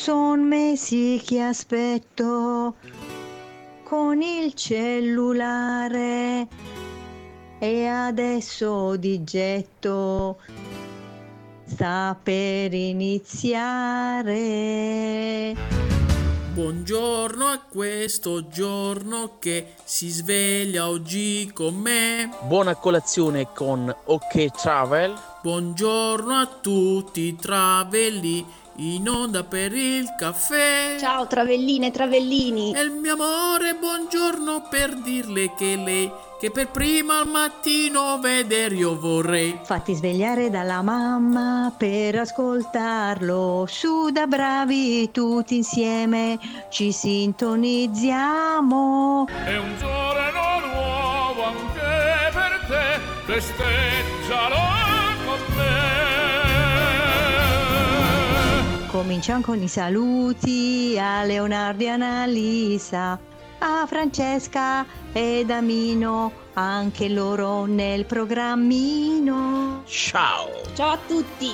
son mesi che aspetto con il cellulare e adesso di getto sta per iniziare. Buongiorno a questo giorno che si sveglia oggi con me. Buona colazione con OK Travel. Buongiorno a tutti travelli in onda per il caffè. Ciao travelline e travellini. E il mio amore, buongiorno per dirle che lei che per prima al mattino vedere io vorrei. Fatti svegliare dalla mamma per ascoltarlo, su da bravi tutti insieme ci sintonizziamo. È un giorno nuovo anche per te, festeggialo con me. Cominciamo con i saluti a Leonardo e Annalisa, a Francesca ed Amino, anche loro nel programmino. Ciao! Ciao a tutti!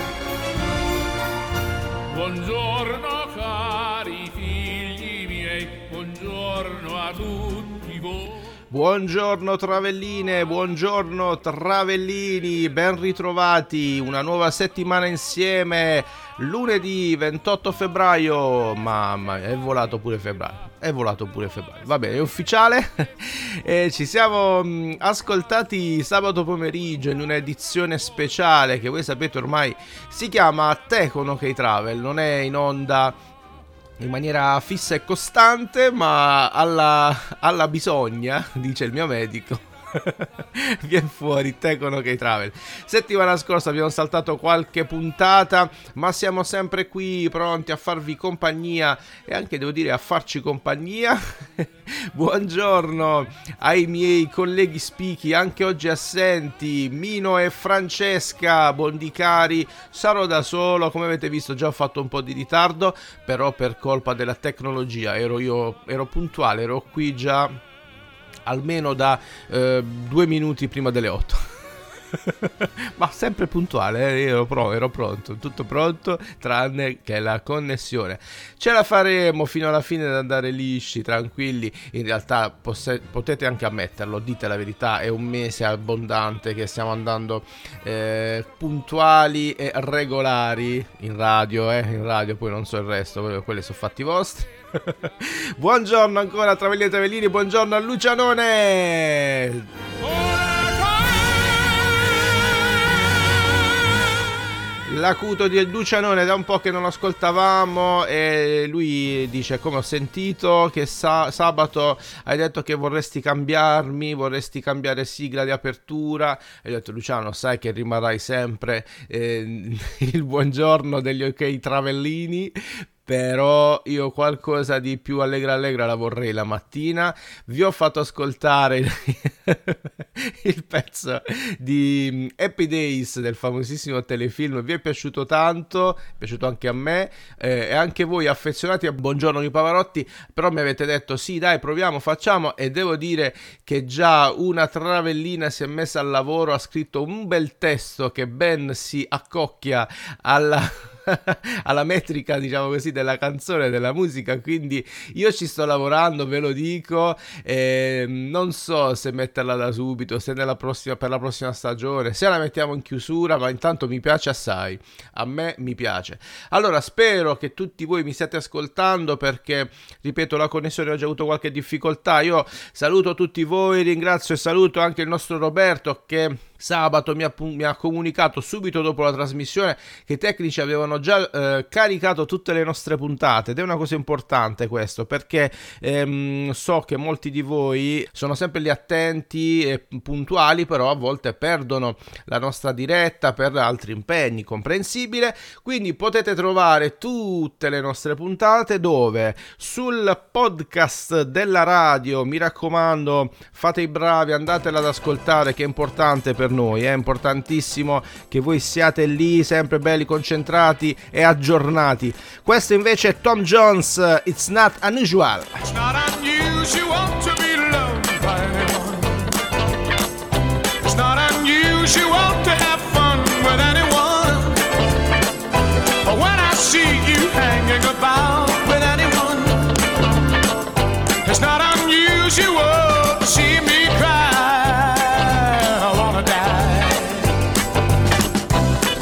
Buongiorno cari figli miei, buongiorno a tutti voi. Buongiorno travelline, buongiorno travellini, ben ritrovati, una nuova settimana insieme, lunedì 28 febbraio, mamma è volato pure febbraio, va bene, è ufficiale. E ci siamo ascoltati sabato pomeriggio in un'edizione speciale che voi sapete ormai si chiama Te con OK Travel, non è in onda in maniera fissa e costante, ma alla bisogna, dice il mio medico, viene fuori Te con OK Travel. Settimana scorsa abbiamo saltato qualche puntata, ma siamo sempre qui pronti a farvi compagnia e anche, devo dire, a farci compagnia. Buongiorno ai miei colleghi spichi, anche oggi assenti, Mino e Francesca. Buondì cari, sarò da solo, come avete visto già ho fatto un po' di ritardo, però per colpa della tecnologia ero puntuale, ero qui già almeno da 2 minuti prima delle 8. Ma sempre puntuale, ero pronto, tutto pronto tranne che la connessione. Ce la faremo fino alla fine ad andare lisci, tranquilli. In realtà potete anche ammetterlo, dite la verità, è un mese abbondante che stiamo andando puntuali e regolari in radio, poi non so il resto, quelli sono fatti vostri. Buongiorno ancora Travelli e Travellini, buongiorno a Lucianone. L'acuto di Lucianone, da un po' che non lo ascoltavamo, e lui dice: come ho sentito che sabato hai detto che vorresti cambiare sigla di apertura. E ho detto: Luciano, sai che rimarrai sempre il buongiorno degli OK Travellini, però io qualcosa di più allegra la vorrei la mattina. Vi ho fatto ascoltare il pezzo di Happy Days del famosissimo telefilm, vi è piaciuto tanto, è piaciuto anche a me, e anche voi affezionati a Buongiorno di Pavarotti, però mi avete detto sì dai proviamo, facciamo, e devo dire che già una travellina si è messa al lavoro, ha scritto un bel testo che ben si accocchia alla metrica, diciamo così, della canzone, della musica, quindi io ci sto lavorando, ve lo dico, non so se metterla da subito, se per la prossima stagione, se la mettiamo in chiusura, ma intanto mi piace assai, a me mi piace. Allora spero che tutti voi mi stiate ascoltando, perché ripeto la connessione ho già avuto qualche difficoltà. Io saluto tutti voi, ringrazio e saluto anche il nostro Roberto che sabato mi ha comunicato subito dopo la trasmissione che i tecnici avevano già caricato tutte le nostre puntate, ed è una cosa importante questo, perché so che molti di voi sono sempre lì attenti e puntuali, però a volte perdono la nostra diretta per altri impegni, comprensibile. Quindi potete trovare tutte le nostre puntate dove? Sul podcast della radio, mi raccomando, fate i bravi, andatela ad ascoltare, che è importante per noi, è importantissimo che voi siate lì sempre belli, concentrati e aggiornati. Questo invece è Tom Jones, It's Not Unusual. It's not unusual to be loved by anyone. It's not unusual to have fun with anyone. But when I see you hanging about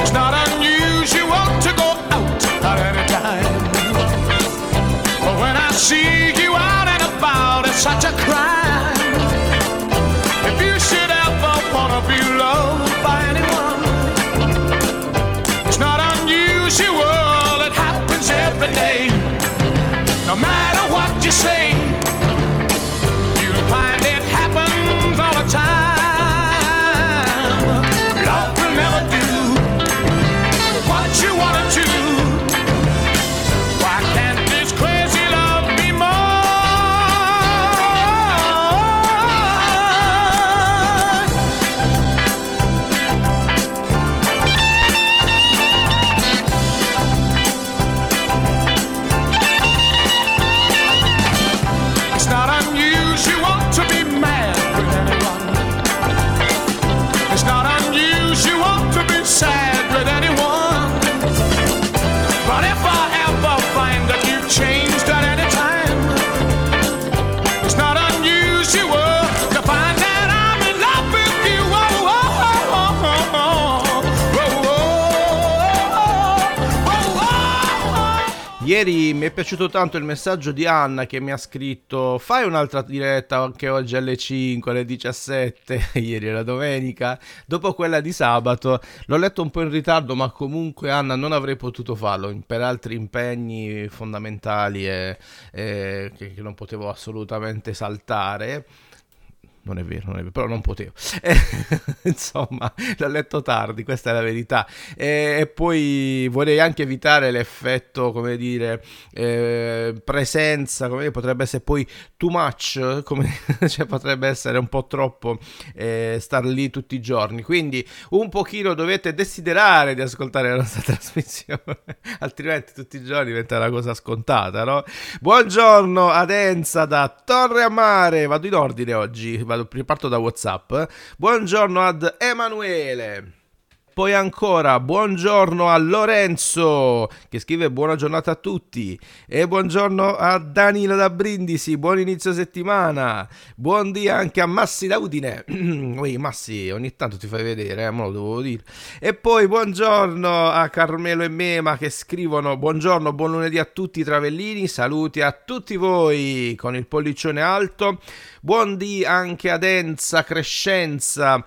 It's not unusual to go out at any time. But when I see you out and about, it's such a crime. If you should ever wanna be loved by anyone, it's not unusual, it happens every day. No matter what you say, you'll find it happens all the time. Love will never do what you wanna do. Why can't this crazy love be more? It's not unusual to be mad with anyone. It's not unusual to be sad with anyone. But if I ever find that you've changed at any time, it's not unusual to find that I'm in love with you. Oh, oh, oh, oh, oh, oh, oh, oh, oh. Ieri mi è piaciuto tanto il messaggio di Anna che mi ha scritto: fai un'altra diretta anche oggi alle 5, alle 17. Ieri era domenica, dopo quella di sabato. L'ho letto un po' in ritardo, ma comunque Anna non avrei potuto farlo per altri impegni fondamentali che non potevo assolutamente saltare. Non è vero, però non potevo. Insomma, l'ho letto tardi, questa è la verità. E poi vorrei anche evitare l'effetto, come dire, presenza, come dire, potrebbe essere poi too much, cioè potrebbe essere un po' troppo star lì tutti i giorni. Quindi un pochino dovete desiderare di ascoltare la nostra trasmissione, altrimenti tutti i giorni diventa una cosa scontata, no? Buongiorno ad Enza da Torre a Mare, vado in ordine oggi. Parto da WhatsApp. Buongiorno ad Emanuele. Poi ancora buongiorno a Lorenzo che scrive buona giornata a tutti, e buongiorno a Danilo da Brindisi, buon inizio settimana, buon dia anche a Massi da Udine. Ui, Massi, ogni tanto ti fai vedere, me lo dovevo dire. E poi buongiorno a Carmelo e Mema che scrivono buongiorno, buon lunedì a tutti travellini, saluti a tutti voi con il pollicione alto. Buon dì anche ad Enza Crescenza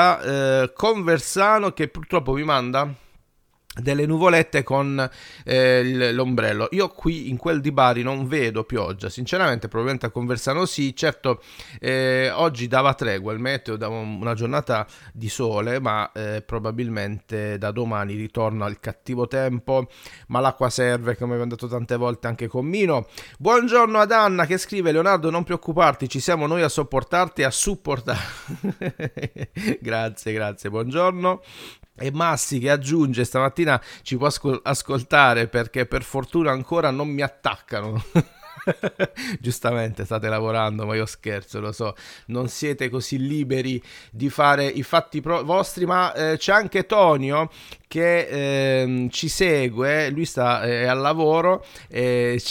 da Conversano che purtroppo mi manda delle nuvolette con l'ombrello. Io qui in quel di Bari non vedo pioggia, sinceramente. Probabilmente a Conversano sì, certo. Oggi dava tregua il meteo, dava una giornata di sole, ma probabilmente da domani ritorna il cattivo tempo, ma l'acqua serve, come abbiamo detto tante volte anche con Mino. Buongiorno ad Anna che scrive Leonardo non preoccuparti, ci siamo noi a sopportarti e a supportare. grazie, buongiorno. E Massi che aggiunge stamattina ci può ascoltare perché per fortuna ancora non mi attaccano. Giustamente state lavorando, ma io scherzo, lo so, non siete così liberi di fare i fatti vostri, ma c'è anche Tonio che ci segue, lui è al lavoro e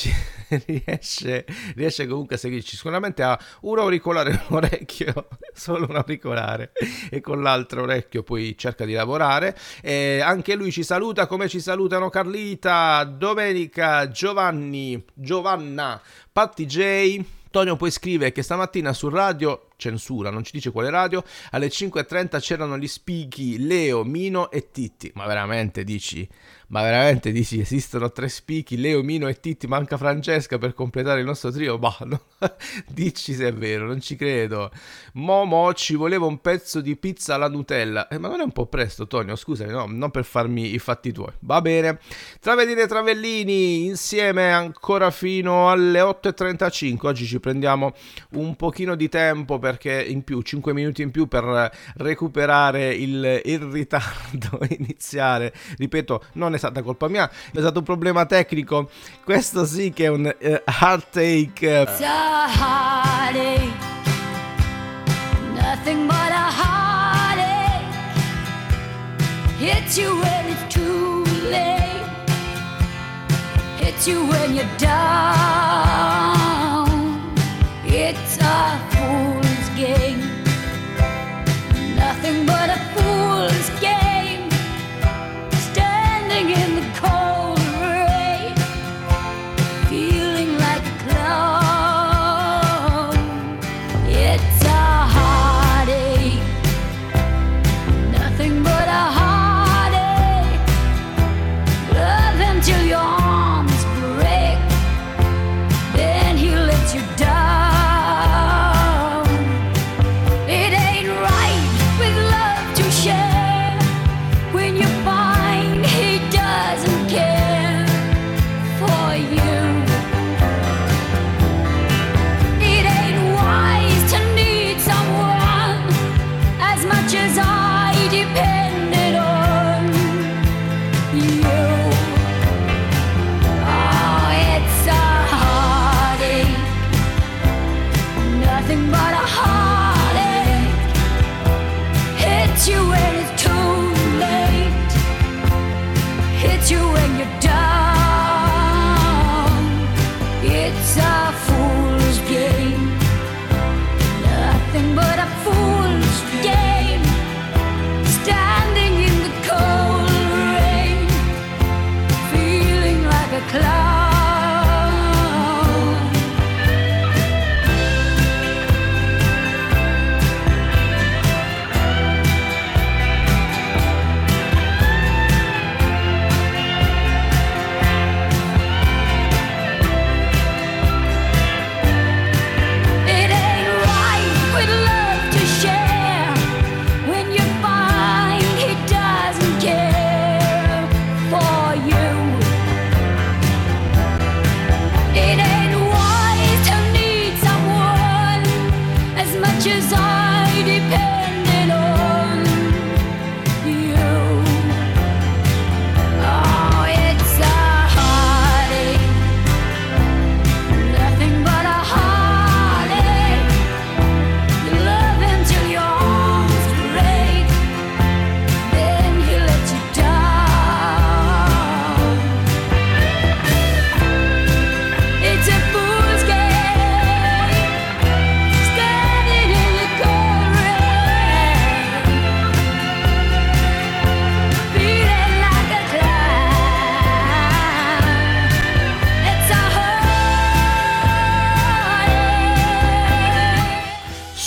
riesce comunque a seguirci. Sicuramente ha un auricolare in un orecchio, solo un auricolare, e con l'altro orecchio poi cerca di lavorare. Anche lui ci saluta, come ci salutano Carlita, Domenica, Giovanna, Patti J. Tonio poi scrive che stamattina su radio, censura, non ci dice quale radio, alle 5:30 c'erano gli spichi Leo, Mino e Titti. Ma veramente dici esistono 3 spichi, Leo, Mino e Titti, manca Francesca per completare il nostro trio? Bah, no. Dici se è vero, non ci credo. Momo, ci voleva un pezzo di pizza alla Nutella. Ma non è un po' presto, Tonio, scusami, no, non per farmi i fatti tuoi. Va bene. Travellini e Travellini insieme ancora fino alle 8:35. Oggi ci prendiamo un pochino di tempo perché in più, 5 minuti in più per recuperare il ritardo iniziale. Ripeto, non è stata colpa mia, è stato un problema tecnico. Questo sì che è un heartache. It's a heartache, nothing but a heartache. Hits you when it's too late, hits you when you're down. It's a fool's game, nothing but a fool's game.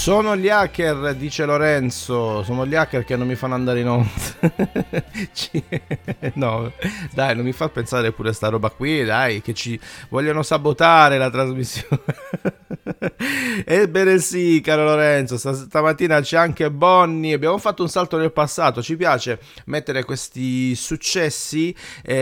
Sono gli hacker, dice Lorenzo, sono gli hacker che non mi fanno andare in onda. No, dai, non mi fa pensare pure a sta roba qui, dai, che ci vogliono sabotare la trasmissione. Ebbene sì, caro Lorenzo, stamattina c'è anche Bonnie, abbiamo fatto un salto nel passato, ci piace mettere questi successi,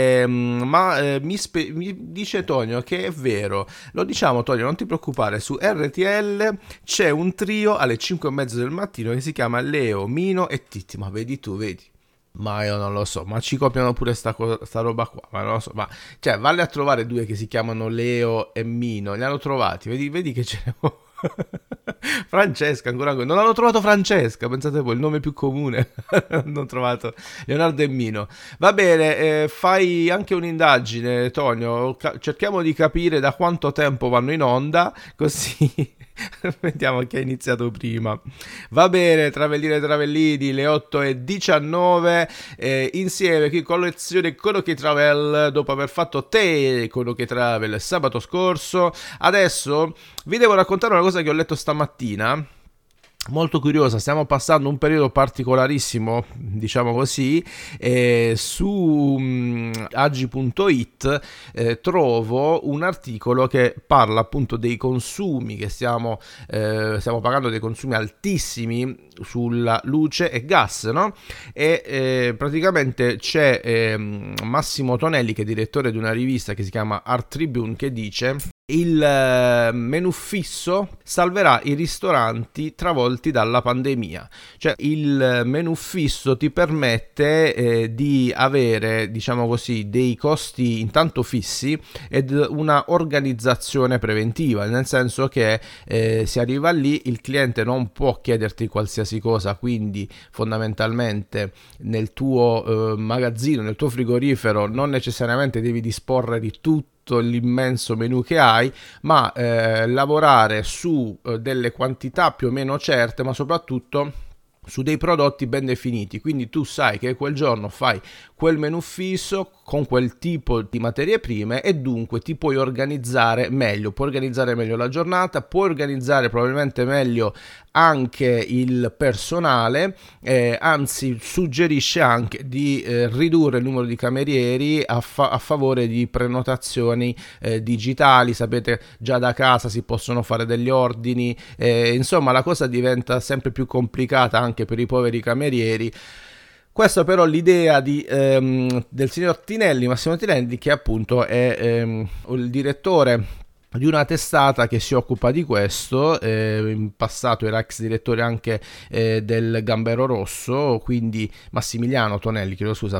mi dice Tonio che è vero, lo diciamo Tonio, non ti preoccupare, su RTL c'è un trio alle 5:30 del mattino che si chiama Leo, Mino e Titti, ma vedi tu, vedi? Ma io non lo so, ma ci copiano pure sta roba qua, ma non lo so, ma cioè valle a trovare due che si chiamano Leo e Mino, li hanno trovati, vedi che ce ne ho. Francesca ancora non hanno trovato Francesca, pensate voi, il nome più comune. Hanno trovato Leonardo e Mino. Va bene, fai anche un'indagine Tonio, cerchiamo di capire da quanto tempo vanno in onda, così vediamo chi ha iniziato prima. Va bene, Travelline e Travellini, le 8:19, insieme qui con lezione Konoke Travel, dopo aver fatto te Konoke Travel sabato scorso. Adesso vi devo raccontare una cosa che ho letto stamattina, molto curiosa. Stiamo passando un periodo particolarissimo, diciamo così, su agi.it trovo un articolo che parla appunto dei consumi che stiamo pagando, dei consumi altissimi sulla luce e gas, no? E praticamente c'è Massimo Tonelli, che è direttore di una rivista che si chiama Art Tribune, che dice: il menù fisso salverà i ristoranti travolti dalla pandemia. Cioè il menù fisso ti permette di avere, diciamo così, dei costi intanto fissi ed una organizzazione preventiva, nel senso che si arriva lì, il cliente non può chiederti qualsiasi cosa, quindi fondamentalmente nel tuo magazzino, nel tuo frigorifero non necessariamente devi disporre di tutto l'immenso menù che hai, ma lavorare su delle quantità più o meno certe, ma soprattutto su dei prodotti ben definiti. Quindi tu sai che quel giorno fai quel menù fisso con quel tipo di materie prime e dunque ti puoi organizzare meglio, la giornata, puoi organizzare probabilmente meglio anche il personale, anzi suggerisce anche di ridurre il numero di camerieri a favore di prenotazioni digitali. Sapete, già da casa si possono fare degli ordini, insomma la cosa diventa sempre più complicata anche per i poveri camerieri. Questa però l'idea del signor Tinelli, Massimo Tinelli, che appunto è il direttore di una testata che si occupa di questo. In passato era ex direttore anche del Gambero Rosso, quindi Massimiliano Tonelli,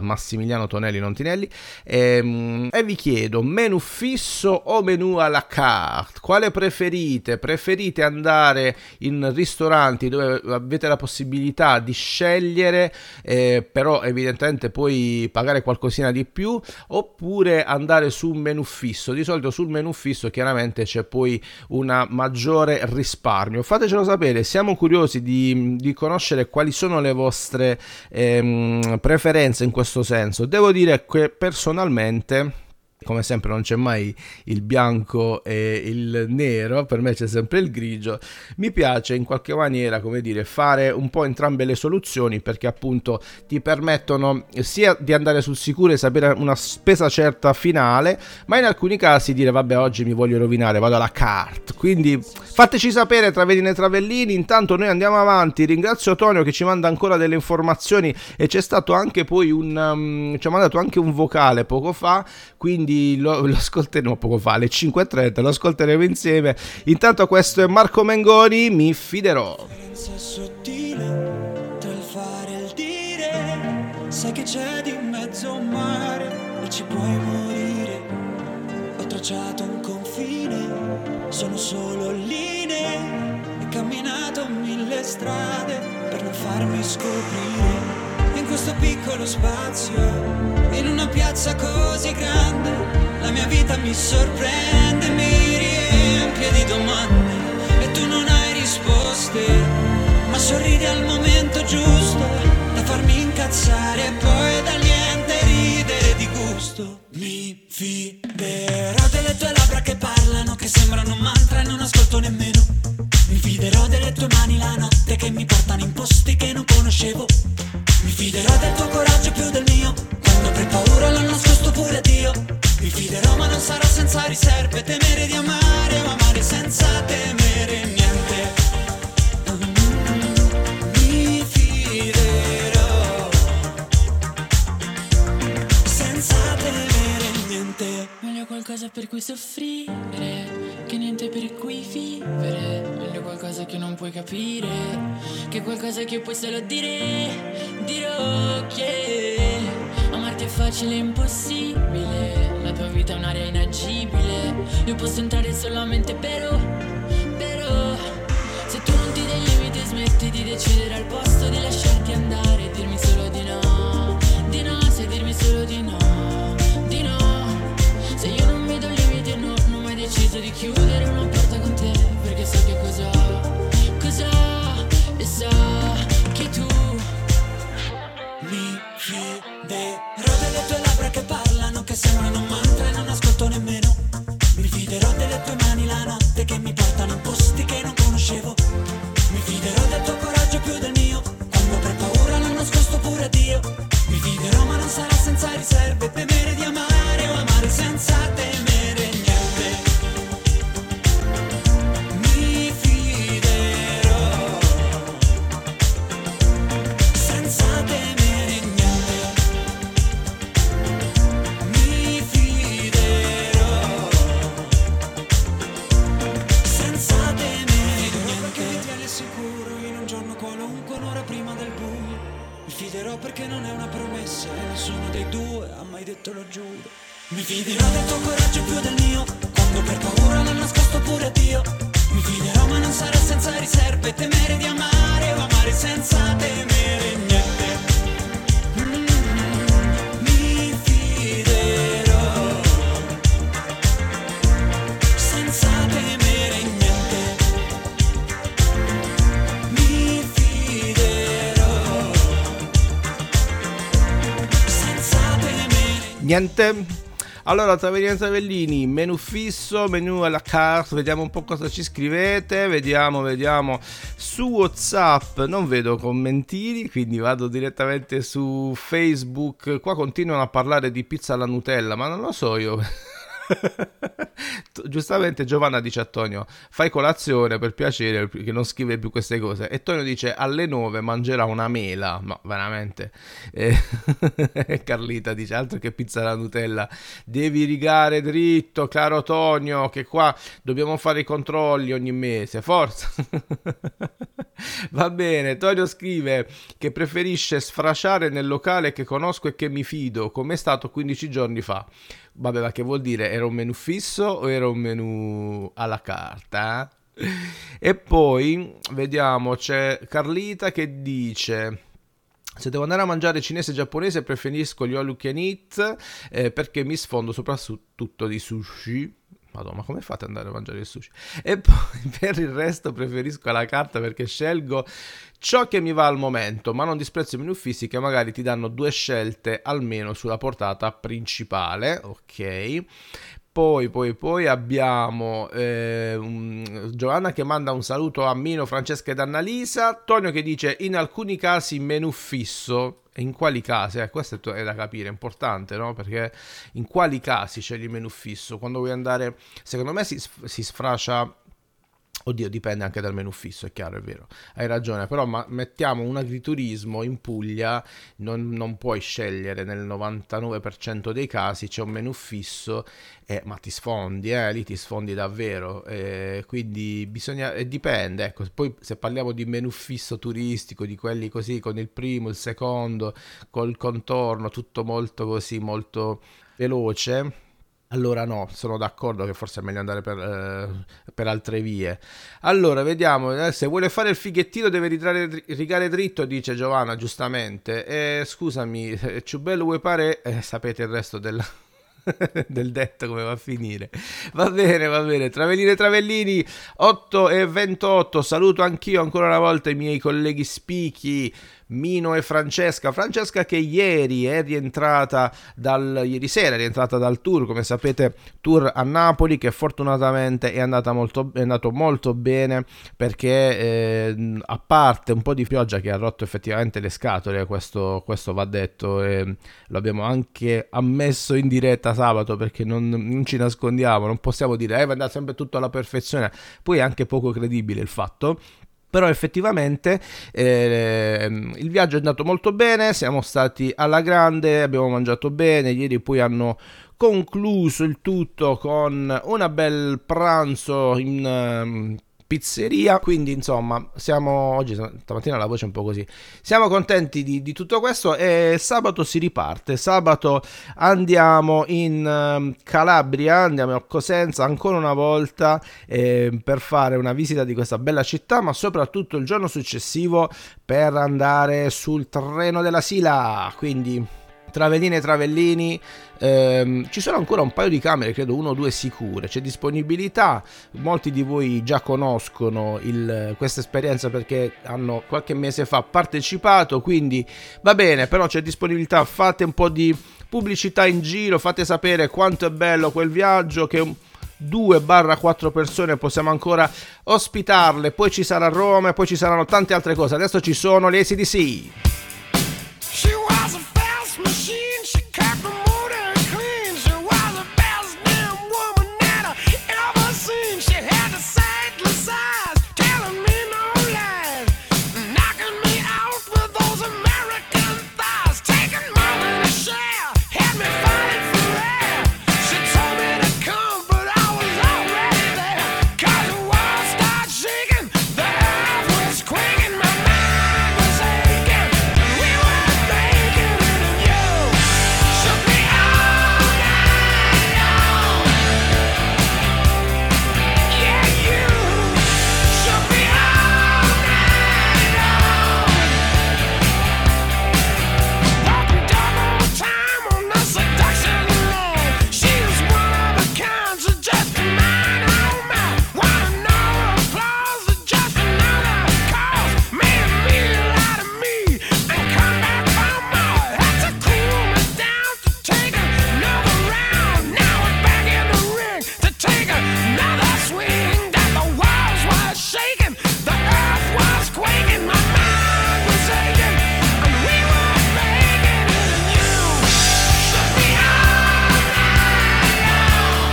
non Tinelli. E vi chiedo, menù fisso o menù à la carte? Quale preferite? Preferite andare in ristoranti dove avete la possibilità di scegliere, però evidentemente puoi pagare qualcosina di più, oppure andare su un menù fisso? Di solito sul menù fisso chiaramente c'è poi una maggiore risparmio. Fatecelo sapere, siamo curiosi di conoscere quali sono le vostre preferenze in questo senso. Devo dire che personalmente, come sempre, non c'è mai il bianco e il nero, per me c'è sempre il grigio. Mi piace in qualche maniera, come dire, fare un po' entrambe le soluzioni, perché appunto ti permettono sia di andare sul sicuro e sapere una spesa certa finale, ma in alcuni casi dire vabbè, oggi mi voglio rovinare, vado alla carte. Quindi fateci sapere, Travelline e Travellini. Intanto noi andiamo avanti. Ringrazio Tonio che ci manda ancora delle informazioni, e c'è stato anche poi ci ha mandato anche un vocale poco fa, quindi lo ascolteremo poco fa alle 5:30, lo ascolteremo insieme. Intanto questo è Marco Mengoni, Mi fiderò. Differenza sottile tra il fare e il dire, sai che c'è di mezzo un mare e ci puoi morire. Ho tracciato un confine, sono solo linee, ho camminato 1000 strade per non farmi scoprire. In questo piccolo spazio, in una piazza così grande, la mia vita mi sorprende, mi riempie di domande e tu non hai risposte, ma sorridi al momento giusto da farmi incazzare e poi da niente ridere di gusto. Mi fiderò delle tue labbra che parlano, che sembrano un mantra e non ascolto nemmeno. Mi fiderò delle delle tue mani la notte che mi portano in posti che non conoscevo. Mi fiderò del tuo coraggio più del mio, quando avrei paura l'ho nascosto pure a Dio. Mi fiderò ma non sarò senza riserve, temere di amare o amare senza temere niente. Mi fiderò senza temere niente. Meglio qualcosa per cui soffrire che niente per cui vivere. Meglio qualcosa che non puoi capire che qualcosa che puoi solo dire. Dirò che amarti è facile e impossibile. La tua vita è un'area inagibile. Io posso entrare solamente però se tu non ti dai limiti e smetti di decidere al posto di lasciarti andare e dirmi solo di no. Di no, sai dirmi solo di no. Di no. Se io non mi do limiti e non ho mai deciso di chiudere una porta con te, perché so che cosa e so che tu mi fiderò delle tue labbra che parlano, che sembrano mantra e non ascolto nemmeno. Mi fiderò delle tue mani la notte che mi portano in posti che non conoscevo. Mi fiderò del tuo coraggio più del mio, quando avrei paura l'ho nascosto pure a Dio. Mi fiderò ma non sarà senza riserve, temere di amare o amare senza temere niente. Mi fiderò senza temere niente. Mi fiderò senza temere niente. Che mi tiene sicuro in un giorno qualunque, un'ora prima del buio. Mi fiderò perché non è una promessa e nessuno dei due ha mai detto lo giuro. Mi fiderò del tuo coraggio più del mio, quando per paura l'ho nascosto pure a Dio. Mi fiderò ma non sarà senza riserve, temere di amare o amare senza temere niente. Mi fiderò senza temere niente. Mi fiderò senza temere Niente. Allora, Travellini, menù fisso, menù alla carte, vediamo un po' cosa ci scrivete, vediamo, su WhatsApp non vedo commentini, quindi vado direttamente su Facebook, qua continuano a parlare di pizza alla Nutella, ma non lo so io. Giustamente Giovanna dice a Tonio: fai colazione per piacere, perché non scrive più queste cose. E Tonio dice: alle 9 mangerà una mela. Ma veramente Carlita dice: altro che pizza alla Nutella, devi rigare dritto, caro Tonio, che qua dobbiamo fare i controlli ogni mese, forza. Va bene. Tonio scrive che preferisce sfraciare nel locale che conosco e che mi fido, come è stato 15 giorni fa. Vabbè, ma che vuol dire? Era un menù fisso o era un menù alla carta? E poi vediamo, c'è Carlita che dice: se devo andare a mangiare cinese e giapponese preferisco gli all you can eat, perché mi sfondo soprattutto di sushi. Madonna, ma come fate ad andare a mangiare il sushi? E poi per il resto preferisco la carta perché scelgo ciò che mi va al momento, ma non disprezzo i menù fissi che magari ti danno 2 scelte almeno sulla portata principale. Ok. Poi abbiamo Giovanna che manda un saluto a Mino, Francesca ed Annalisa. Tonio che dice: in alcuni casi menù fisso. E in quali casi? Questo è da capire, è importante, no? Perché in quali casi scegli il menù fisso? Quando vuoi andare, secondo me si sfracia. Oddio, dipende anche dal menù fisso, è chiaro, è vero, hai ragione, però mettiamo un agriturismo in Puglia, non puoi scegliere, nel 99% dei casi c'è un menù fisso, ma ti sfondi, lì ti sfondi davvero, quindi bisogna, dipende, ecco. Poi se parliamo di menù fisso turistico, di quelli così, con il primo, il secondo, col contorno, tutto molto così, molto veloce, allora no, sono d'accordo che forse è meglio andare per altre vie. Allora, vediamo, se vuole fare il fighettino deve rigare dritto, dice Giovanna, giustamente. Scusami, ciubello vuoi pare? Sapete il resto del detto come va a finire. Va bene. Travellini 8:28. Saluto anch'io ancora una volta i miei colleghi spichi Mino e Francesca che ieri sera è rientrata dal tour, come sapete, tour a Napoli, che fortunatamente è andato molto bene, perché a parte un po' di pioggia che ha rotto effettivamente le scatole, questo va detto, e lo abbiamo anche ammesso in diretta sabato, perché non ci nascondiamo, non possiamo dire va andare sempre tutto alla perfezione, poi è anche poco credibile il fatto. Però effettivamente il viaggio è andato molto bene, siamo stati alla grande, abbiamo mangiato bene, ieri poi hanno concluso il tutto con un bel pranzo in pizzeria, quindi insomma stamattina la voce è un po' così, siamo contenti di tutto questo, e sabato si riparte. Sabato andiamo in Calabria, andiamo a Cosenza ancora una volta per fare una visita di questa bella città, ma soprattutto il giorno successivo per andare sul treno della Sila, quindi Travelline e Travellini. Ci sono ancora un paio di camere, credo 1 o 2 sicure, c'è disponibilità, molti di voi già conoscono questa esperienza perché hanno qualche mese fa partecipato, quindi va bene, però c'è disponibilità, fate un po' di pubblicità in giro, fate sapere quanto è bello quel viaggio, che 2-4 persone possiamo ancora ospitarle, poi ci sarà Roma e poi ci saranno tante altre cose. Adesso ci sono le AC/DC. Machine, she kept the motor clean. She was the best damn woman that I ever seen. She had the sightless eyes, telling me no lies, knocking me out with those American thighs, taking more than a share, had me fighting for air. She told me to come, but I was already there. 'Cause the world started shaking, the earth was quaking, my mind was aching, and we were making it. Shook me all night long. Yeah, you shook me all night long. Walking double time on the seduction line. She was one of a kind, so just mine, oh my. Wanna know applause or just another cause? Made a meal out of me and come back for more. Had to cool me down to take another round. Now we're back in the ring to take another swing. That the walls were shaking, the earth was quaking, my mind was aching, and we were making it. And you shook me all night long.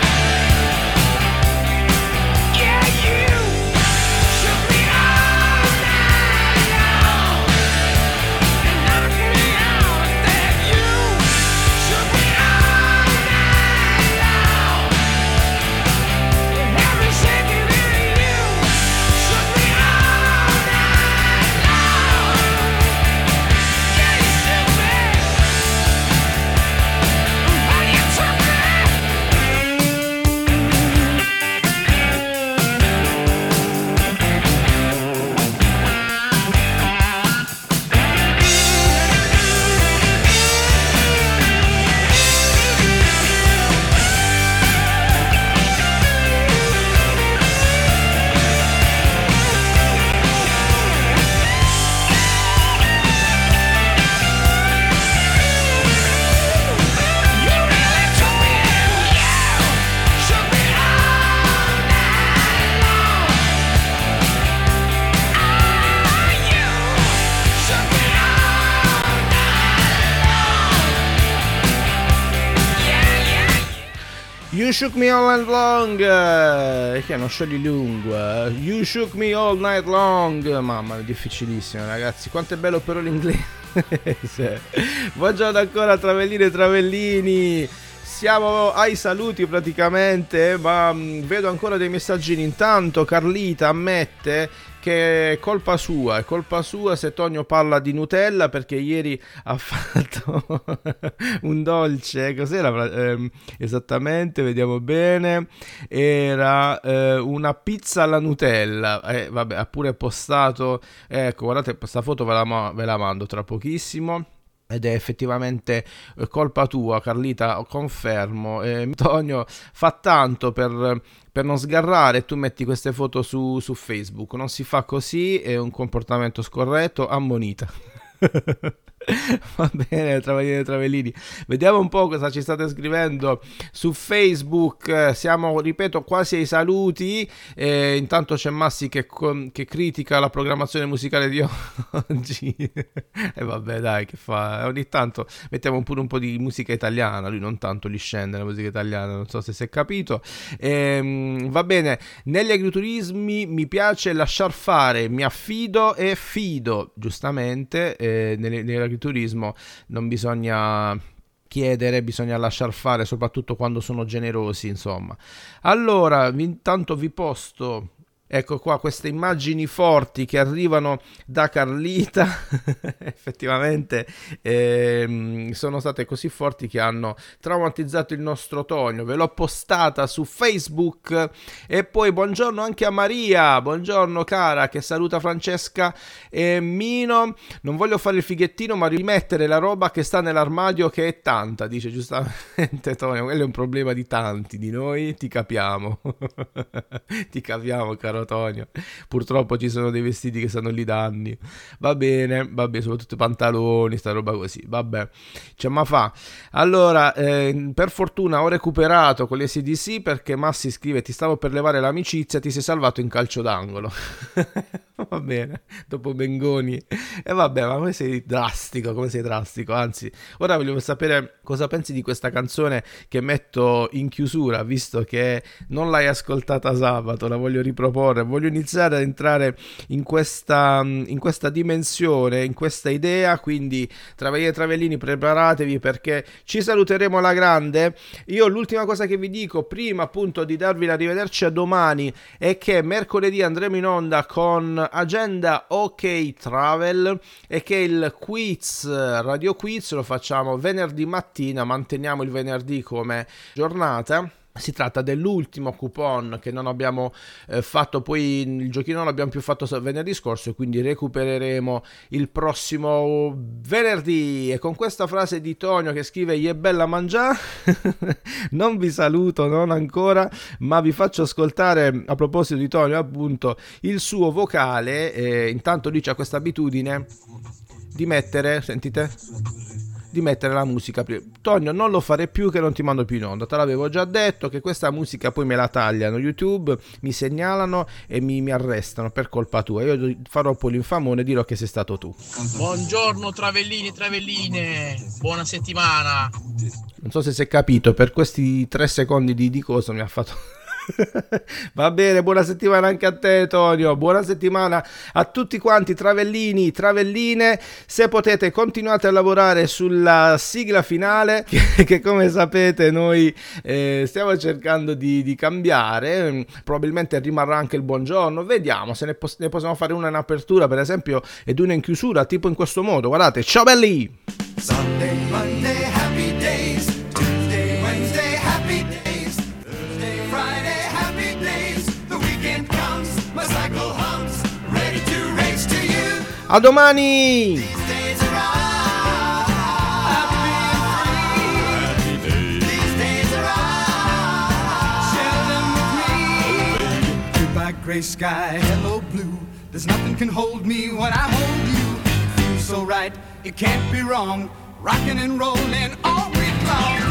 Yeah, you shook me all night long. And knocked me out. That you shook me all night long. You had me shaking, and you shook me all night long. Yeah, you shook me, but you took me. You really took me in, you shook me all night long. Ah, you shook me all night long. Yeah. You Shook Me All Night Long, che è uno scioglilingua. You Shook Me All Night Long, mamma, è difficilissimo ragazzi, quanto è bello però l'inglese. Buongiorno ancora Travelline e Travellini, siamo ai saluti praticamente, ma vedo ancora dei messaggini. Intanto Carlita ammette che è colpa sua se Tonio parla di Nutella, perché ieri ha fatto un dolce, cos'era esattamente, vediamo bene, era una pizza alla Nutella, vabbè, ha pure postato, ecco, guardate, questa foto ve la mando tra pochissimo. Ed è effettivamente colpa tua, Carlita, confermo. Antonio fa tanto per non sgarrare, tu metti queste foto su Facebook, non si fa così, è un comportamento scorretto, ammonita. Va bene, Travellini e Travellini. Vediamo un po' cosa ci state scrivendo su Facebook. Siamo, ripeto, quasi ai saluti. Intanto c'è Massi che critica la programmazione musicale di oggi. E vabbè, dai, che fa? Ogni tanto mettiamo pure un po' di musica italiana. Lui non tanto gli scende la musica italiana, non so se si è capito. Va bene, negli agriturismi mi piace lasciar fare, mi affido e fido. Giustamente, nell'agriturismo non bisogna chiedere, bisogna lasciar fare, soprattutto quando sono generosi, insomma. Allora, intanto vi posto, ecco qua, queste immagini forti che arrivano da Carlita. Effettivamente sono state così forti che hanno traumatizzato il nostro Tonio. Ve l'ho postata su Facebook. E poi buongiorno anche a Maria, buongiorno cara, che saluta Francesca e Mino. Non voglio fare il fighettino, ma rimettere la roba che sta nell'armadio, che è tanta, dice giustamente Tonio. Quello è un problema di tanti di noi, ti capiamo. Ti capiamo, caro Tonio. Purtroppo ci sono dei vestiti che stanno lì da anni. Va bene, soprattutto i pantaloni, sta roba così, vabbè, c'è ma fa. Allora, per fortuna ho recuperato con l'ACDC, perché Massi scrive: ti stavo per levare l'amicizia, ti sei salvato in calcio d'angolo. Va bene, dopo Bengoni. E vabbè, ma come sei drastico, anzi, ora voglio sapere cosa pensi di questa canzone che metto in chiusura, visto che non l'hai ascoltata sabato, la voglio riproporre. Voglio iniziare ad entrare in questa dimensione, in questa idea, quindi Travellini e Travellini, preparatevi, perché ci saluteremo alla grande. Io l'ultima cosa che vi dico, prima appunto di darvi l'arrivederci a domani, è che mercoledì andremo in onda con Agenda OK Travel, e che il quiz, Radio Quiz, lo facciamo venerdì mattina, manteniamo il venerdì come giornata. Si tratta dell'ultimo coupon che non abbiamo fatto, poi il giochino non l'abbiamo più fatto venerdì scorso, e quindi recupereremo il prossimo venerdì. E con questa frase di Tonio che scrive "Gli è bella mangiare", non vi saluto, non ancora, ma vi faccio ascoltare, a proposito di Tonio appunto, il suo vocale. Intanto lui c'ha questa abitudine di mettere, sentite? Di mettere la musica prima. Tonio, non lo fare più, che non ti mando più in onda, te l'avevo già detto, che questa musica poi me la tagliano YouTube, mi segnalano e mi arrestano per colpa tua. Io farò poi l'infamone e dirò che sei stato tu. Buongiorno Travellini e Travelline, buona settimana. Non so se si è capito, per questi 3 secondi di cosa mi ha fatto. Va bene, buona settimana anche a te Tonio, buona settimana a tutti quanti Travellini, Travelline. Se potete continuate a lavorare sulla sigla finale che come sapete noi stiamo cercando di cambiare. Probabilmente rimarrà anche il buongiorno, vediamo se ne possiamo fare una in apertura per esempio ed una in chiusura, tipo in questo modo, guardate. Ciao belli. Sunday, Monday, happy days. Tuesday, Wednesday, happy days. Thursday, Friday, happy days. The weekend comes, my cycle hums, ready to race to you. A domani! These days are ours. Happy days. These days are ours. Share them with me. Goodbye, gray sky, hello blue. There's nothing can hold me when I hold you. It feels so right, it can't be wrong. Rocking and rolling all week long.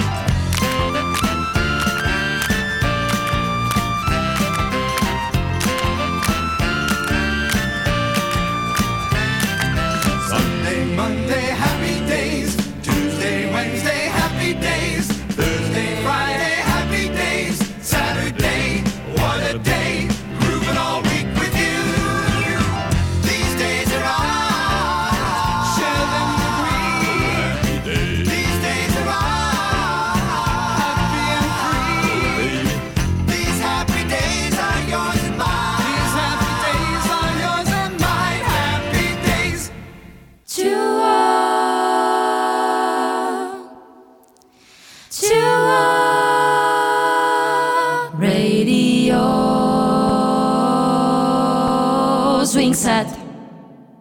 Sunday, Monday, happy days. Tuesday, Wednesday, happy days. Thursday, Friday, happy days. Saturday, what a day. Grooving all week with you. These days are ours. Share them with me. These days are ours. Happy and free. These happy days are yours and mine. These happy days are yours and mine. Happy days. Radio Swing Set.